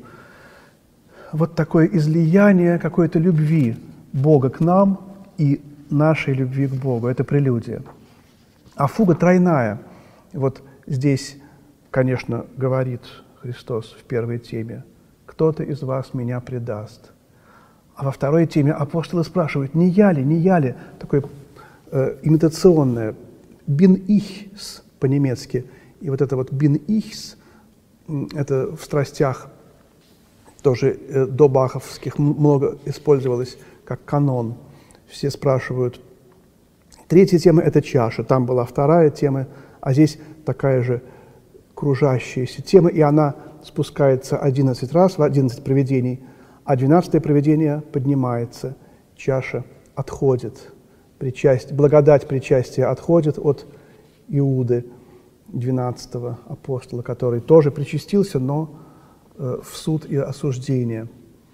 Вот такое излияние какой-то любви Бога к нам и нашей любви к Богу. Это прелюдия. А фуга тройная. Вот здесь, конечно, говорит Христос в первой теме: «Кто-то из вас меня предаст». А во второй теме апостолы спрашивают: «Не я ли, не я ли?» Такое имитационное «bin ichs» по-немецки. И вот это вот «bin ichs» это в «Страстях» тоже до баховских много использовалось как канон. Все спрашивают. Третья тема – это чаша. Там была вторая тема, а здесь такая же кружащаяся тема, и она спускается 11 раз, в 11 провидений, а 12-е провидение поднимается, чаша отходит, благодать причастия отходит от Иуды, 12-го апостола, который тоже причастился, но в суд и осуждение.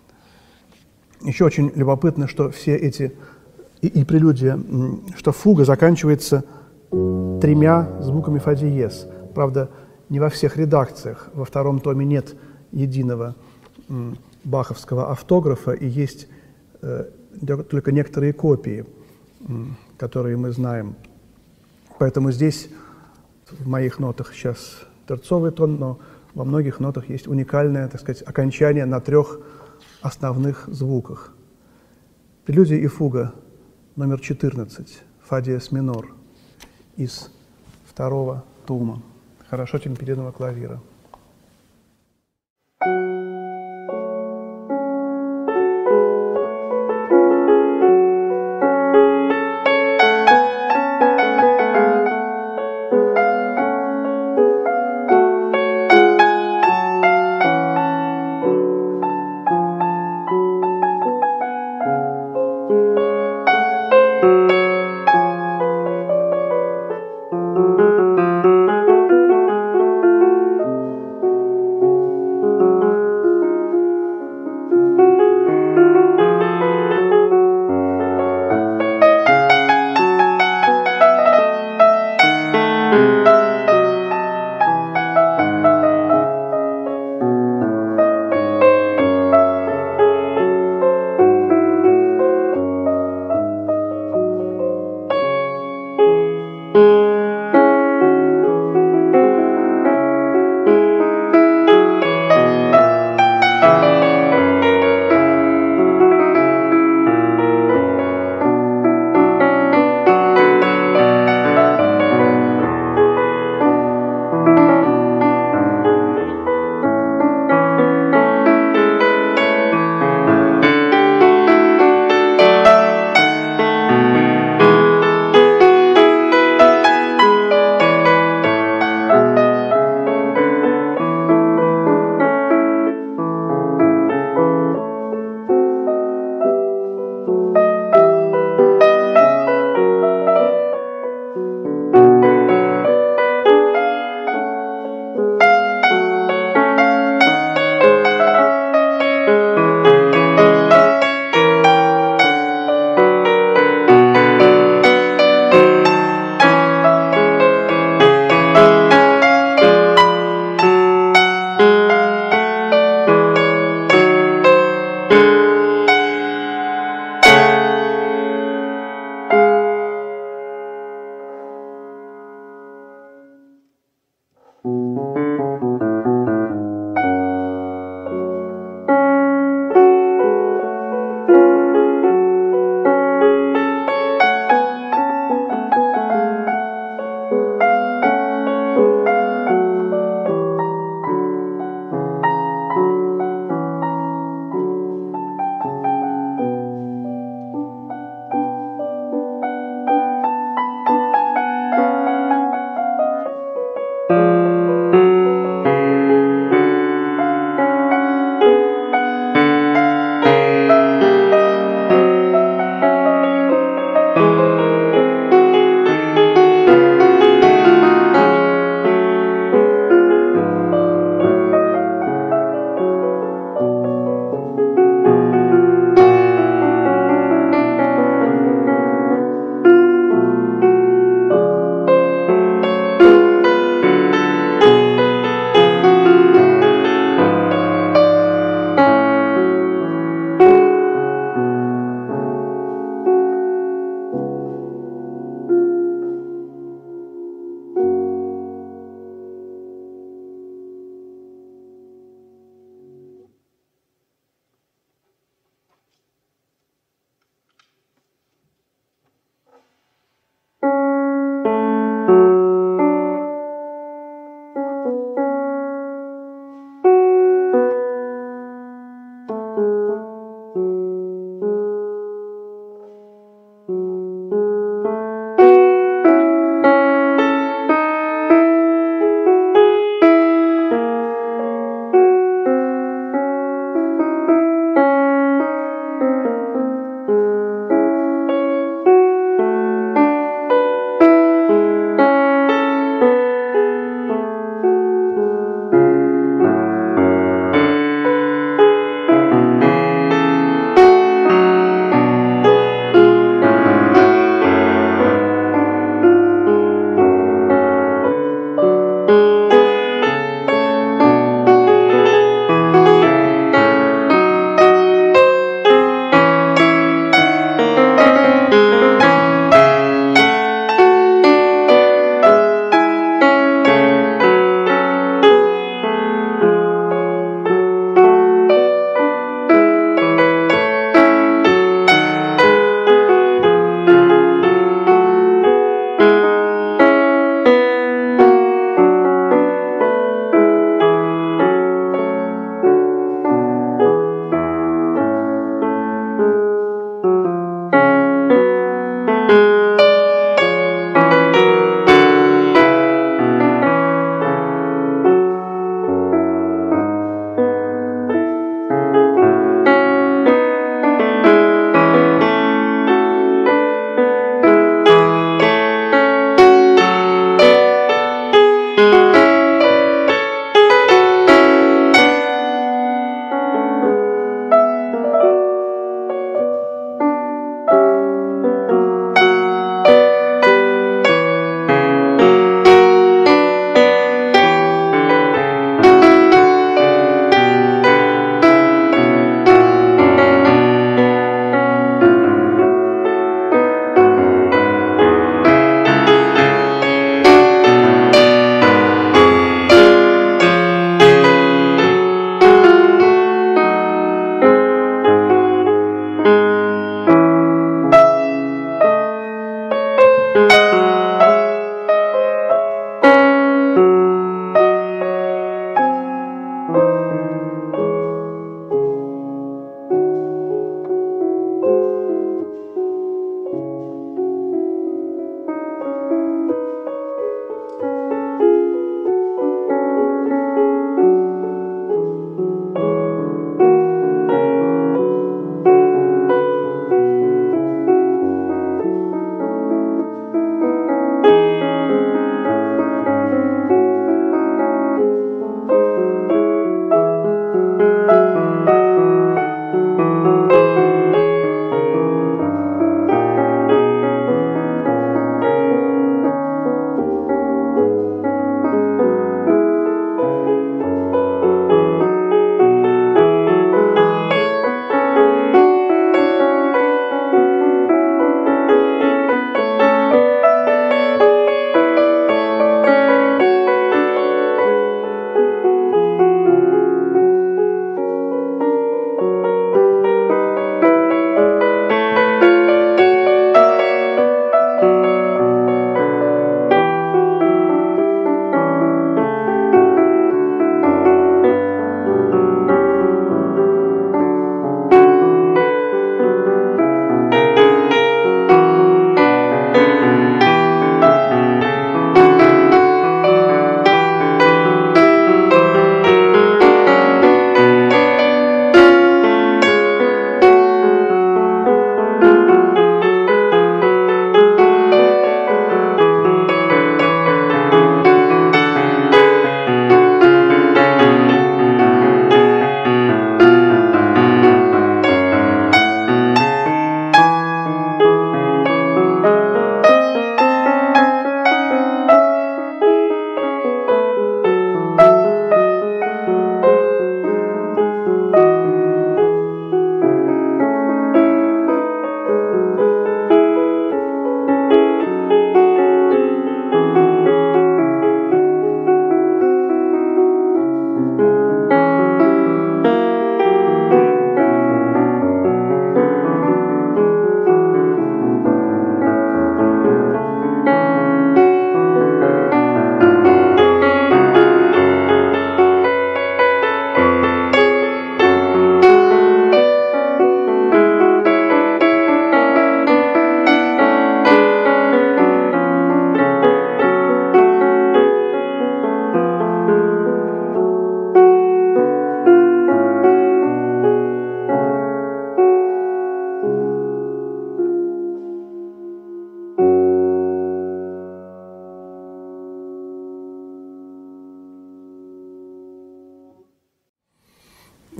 Еще очень любопытно, что все эти и прелюдия, что фуга заканчивается 3 звуками фа диез. Правда, не во всех редакциях. Во втором томе нет единого баховского автографа, и есть только некоторые копии, которые мы знаем. Поэтому здесь в моих нотах сейчас терцовый тон, но во многих нотах есть уникальное, так сказать, окончание на 3 основных звуках. Прелюдия и фуга номер 14, фа диез минор, из 2-го тома. Хорошо темперированного клавира.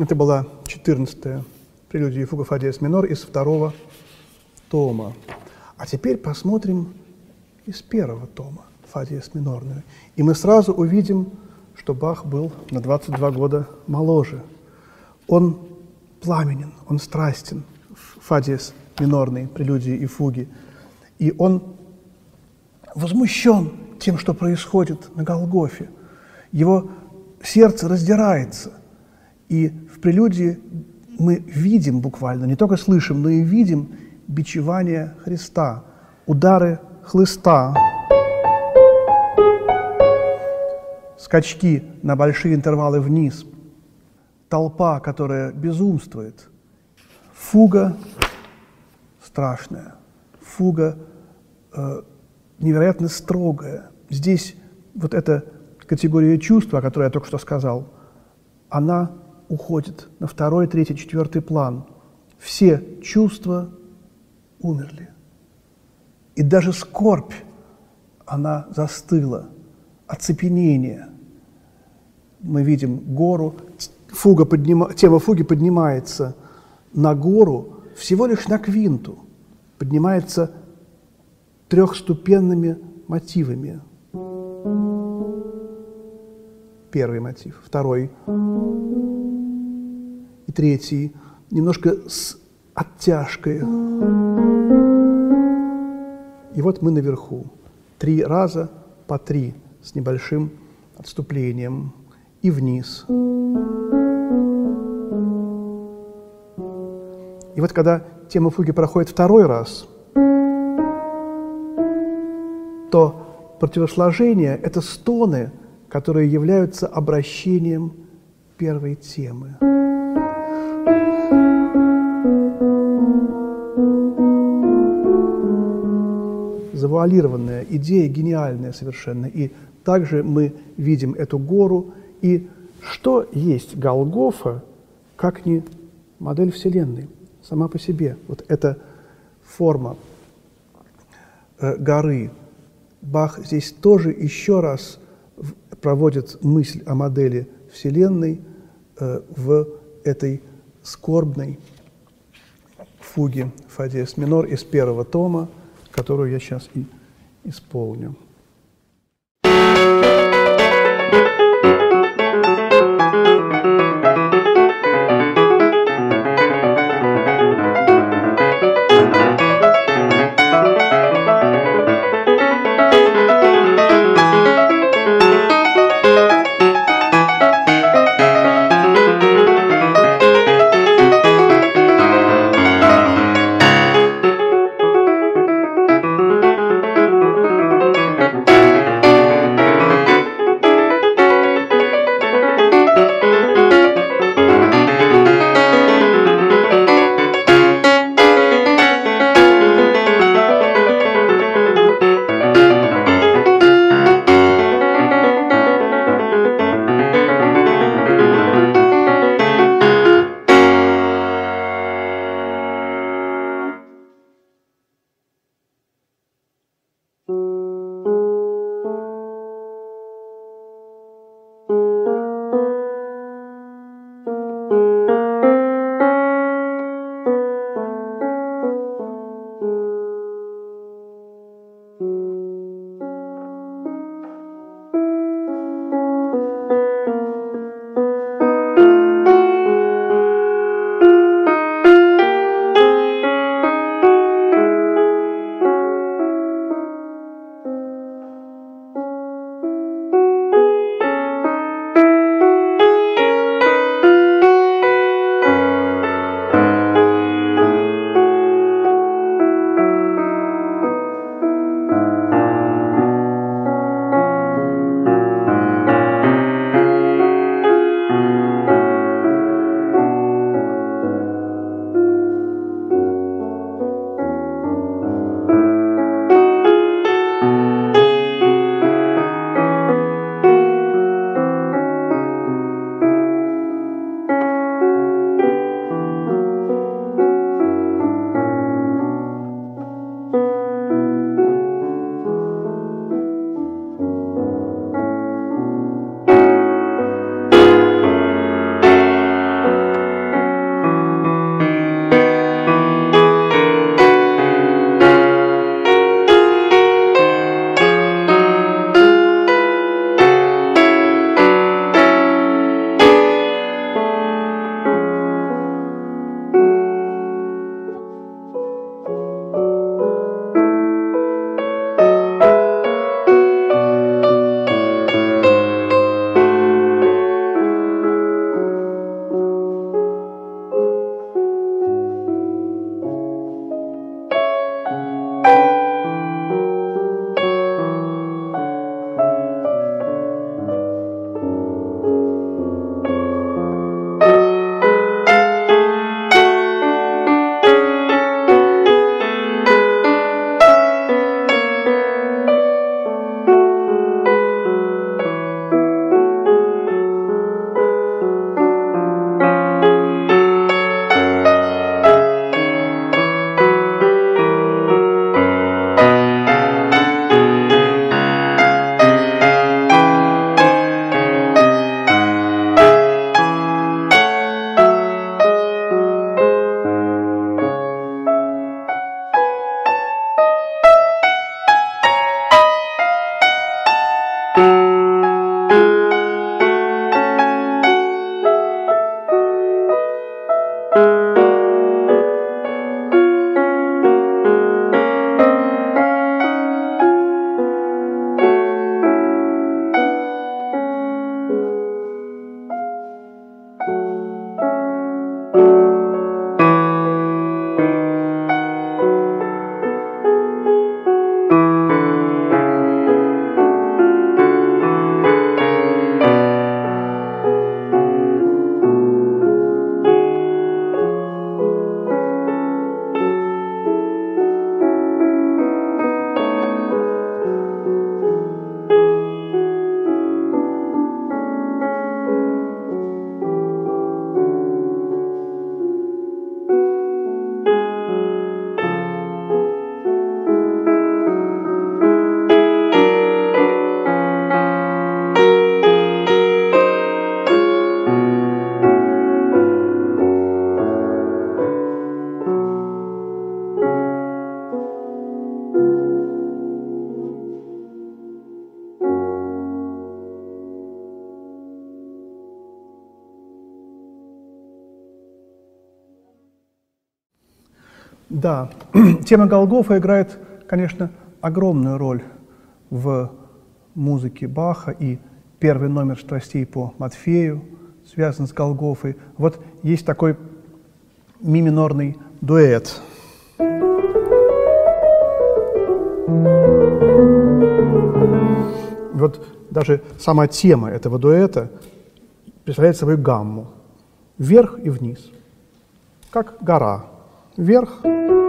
Это была 14-я прелюдия и фуга фа диез минор из 2-го тома. А теперь посмотрим из 1-го тома фа диез минорную. И мы сразу увидим, что Бах был на 22 года моложе. Он пламенен, он страстен в фа диез минорной прелюдии и фуги. И он возмущен тем, что происходит на Голгофе. Его сердце раздирается. И в прелюдии мы видим буквально, не только слышим, но и видим бичевание Христа, удары хлыста, скачки на большие интервалы вниз, толпа, которая безумствует, фуга страшная, фуга невероятно строгая. Здесь вот эта категория чувства, о которой я только что сказал, она уходит на 2-й, 3-й, 4-й план. Все чувства умерли. И даже скорбь, она застыла, оцепенение. Мы видим гору, тема фуги поднимается на гору всего лишь на квинту, поднимается трехступенными мотивами. Первый мотив, 2-й и 3-й, немножко с оттяжкой. И вот мы наверху. 3 раза по 3 с небольшим отступлением. И вниз. И вот когда тема фуги проходит 2-й раз, то противосложение – это стоны, которые являются обращением первой темы. Завуалированная идея, гениальная совершенно. И также мы видим эту гору. И что есть Голгофа, как не модель Вселенной сама по себе? Вот эта форма горы. Бах здесь тоже еще раз проводит мысль о модели Вселенной в этой скорбной фуге фа диез минор из 1-го тома, которую я сейчас и исполню. Да, тема Голгофа играет, конечно, огромную роль в музыке Баха, и первый номер «Страстей» по Матфею связан с Голгофой. Вот есть такой ми-минорный дуэт. Вот даже сама тема этого дуэта представляет собой гамму. Вверх и вниз. Как гора. Вверх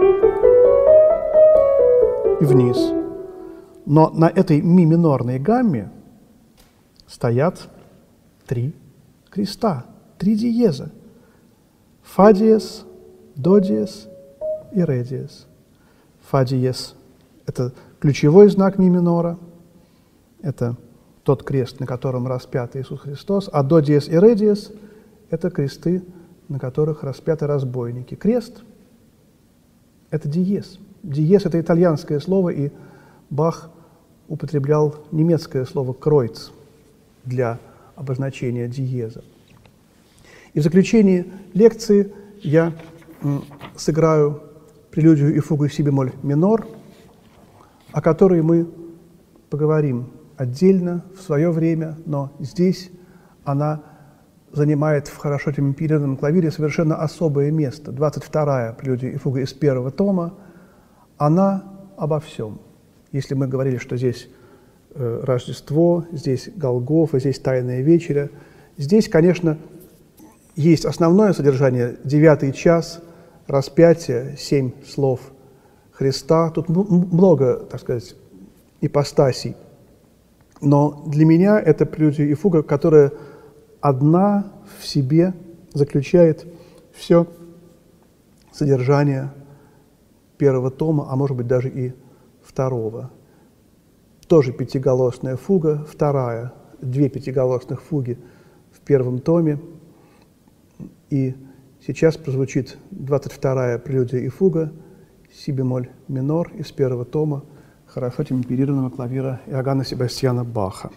и вниз. Но на этой ми-минорной гамме стоят 3 креста, 3 диеза. Фа диез, до диез и ре диез. Фа диез – это ключевой знак ми минора, это тот крест, на котором распят Иисус Христос, а до диез и ре диез – это кресты, на которых распяты разбойники. Крест – это диез. Диез – это итальянское слово, и Бах употреблял немецкое слово «кройц» для обозначения диеза. И в заключении лекции я сыграю прелюдию и фугу си бемоль минор, о которой мы поговорим отдельно в свое время, но здесь она занимает в хорошо темперированном клавире совершенно особое место. 22-я прелюдия и фуга из первого тома, она обо всем. Если мы говорили, что здесь Рождество, здесь Голгофа, здесь Тайная вечеря, здесь, конечно, есть основное содержание, 9-й час, распятие, 7 слов Христа. Тут много, так сказать, ипостасей. Но для меня это прелюдия и фуга, которая одна в себе заключает все содержание первого тома, а может быть даже и второго. Тоже пятиголосная фуга, вторая, 2 пятиголосных фуги в первом томе. И сейчас прозвучит 22-я прелюдия и фуга, си бемоль минор из первого тома хорошо темперированного клавира Иоганна Себастьяна Баха.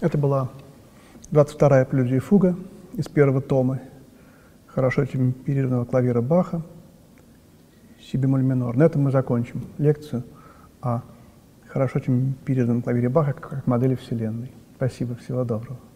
Это была 22-я прелюдия и фуга из первого тома хорошо темперированного клавира Баха, си бемоль минор. На этом мы закончим лекцию о хорошо темперированном клавире Баха как модели Вселенной. Спасибо, всего доброго.